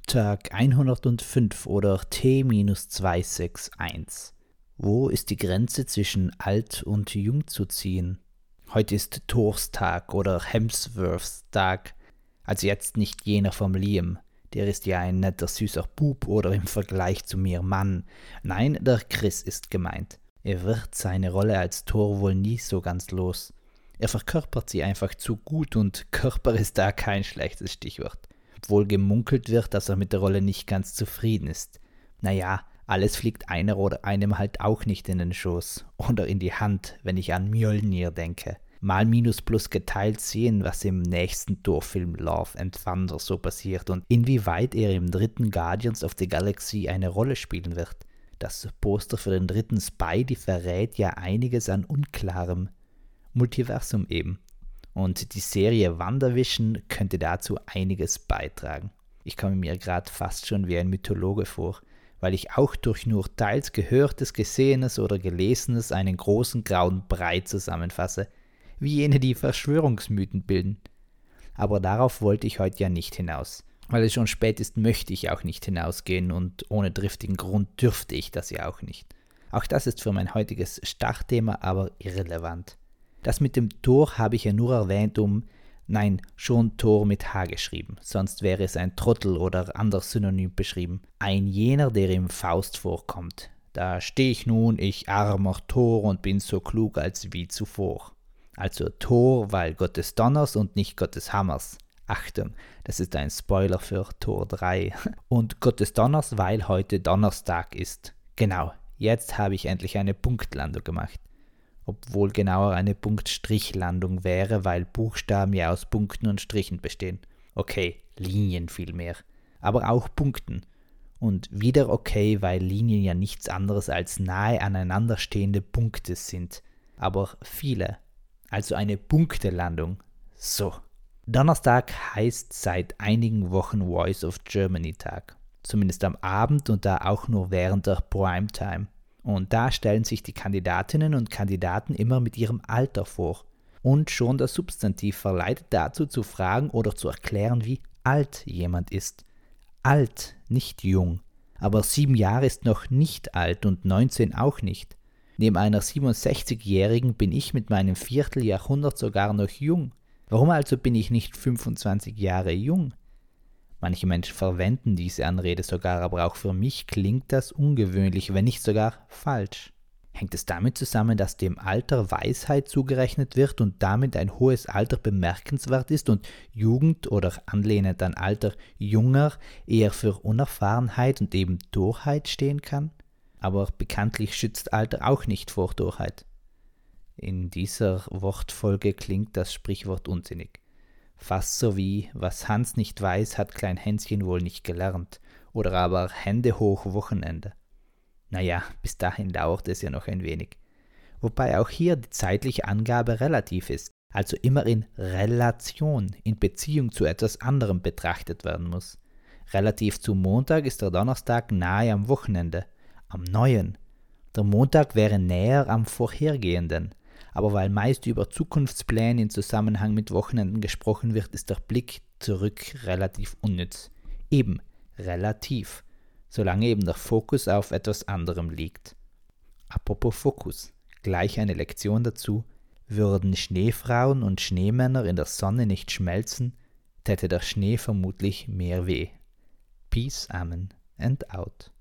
Tag 105 oder T-261. Wo ist die Grenze zwischen alt und jung zu ziehen? Heute ist Thors Tag oder Hemsworths Tag. Also jetzt nicht jener vom Liam. Der ist ja ein netter, süßer Bub oder im Vergleich zu mir Mann. Nein, der Chris ist gemeint. Er wird seine Rolle als Thor wohl nie so ganz los. Er verkörpert sie einfach zu gut und Körper ist da kein schlechtes Stichwort. Obwohl gemunkelt wird, dass er mit der Rolle nicht ganz zufrieden ist. Naja, alles fliegt einer oder einem halt auch nicht in den Schoß oder in die Hand, wenn ich an Mjolnir denke. Mal minus plus geteilt sehen, was im nächsten Thor-Film Love and Thunder so passiert und inwieweit er im dritten Guardians of the Galaxy eine Rolle spielen wird. Das Poster für den dritten Spidey verrät ja einiges an unklarem Multiversum eben. Und die Serie WandaVision könnte dazu einiges beitragen. Ich komme mir gerade fast schon wie ein Mythologe vor, weil ich auch durch nur teils Gehörtes, Gesehenes oder Gelesenes einen großen grauen Brei zusammenfasse, wie jene, die Verschwörungsmythen bilden. Aber darauf wollte ich heute ja nicht hinaus. Weil es schon spät ist, möchte ich auch nicht hinausgehen und ohne triftigen Grund dürfte ich das ja auch nicht. Auch das ist für mein heutiges Startthema aber irrelevant. Das mit dem Thor habe ich ja nur erwähnt, schon Thor mit H geschrieben, sonst wäre es ein Trottel oder anders synonym beschrieben. Ein jener, der im Faust vorkommt. Da stehe ich nun, ich armer Thor und bin so klug als wie zuvor. Also Thor, weil Gott des Donners und nicht Gott des Hammers. Achtung, das ist ein Spoiler für Thor 3. Und Gott des Donners, weil heute Donnerstag ist. Genau, jetzt habe ich endlich eine Punktlandung gemacht. Obwohl genauer eine Punktstrichlandung wäre, weil Buchstaben ja aus Punkten und Strichen bestehen. Okay, Linien vielmehr. Aber auch Punkten. Und wieder okay, weil Linien ja nichts anderes als nahe aneinanderstehende Punkte sind. Aber viele. Also eine Punktelandung. So. Donnerstag heißt seit einigen Wochen Voice of Germany Tag. Zumindest am Abend und da auch nur während der Primetime. Und da stellen sich die Kandidatinnen und Kandidaten immer mit ihrem Alter vor. Und schon das Substantiv verleitet dazu zu fragen oder zu erklären, wie alt jemand ist. Alt, nicht jung. Aber 7 Jahre ist noch nicht alt und 19 auch nicht. Neben einer 67-Jährigen bin ich mit meinem Vierteljahrhundert sogar noch jung. Warum also bin ich nicht 25 Jahre jung? Manche Menschen verwenden diese Anrede sogar, aber auch für mich klingt das ungewöhnlich, wenn nicht sogar falsch. Hängt es damit zusammen, dass dem Alter Weisheit zugerechnet wird und damit ein hohes Alter bemerkenswert ist und Jugend oder anlehnend an Alter Junger eher für Unerfahrenheit und eben Torheit stehen kann? Aber bekanntlich schützt Alter auch nicht vor Torheit. In dieser Wortfolge klingt das Sprichwort unsinnig. Fast so wie, was Hans nicht weiß, hat Klein Hänschen wohl nicht gelernt. Oder aber Hände hoch Wochenende. Naja, bis dahin dauert es ja noch ein wenig. Wobei auch hier die zeitliche Angabe relativ ist, also immer in Relation, in Beziehung zu etwas anderem betrachtet werden muss. Relativ zu Montag ist der Donnerstag nahe am Wochenende, am Neuen. Der Montag wäre näher am Vorhergehenden. Aber weil meist über Zukunftspläne in Zusammenhang mit Wochenenden gesprochen wird, ist der Blick zurück relativ unnütz. Eben relativ, solange eben der Fokus auf etwas anderem liegt. Apropos Fokus, gleich eine Lektion dazu: Würden Schneefrauen und Schneemänner in der Sonne nicht schmelzen, täte der Schnee vermutlich mehr weh. Peace, Amen and out.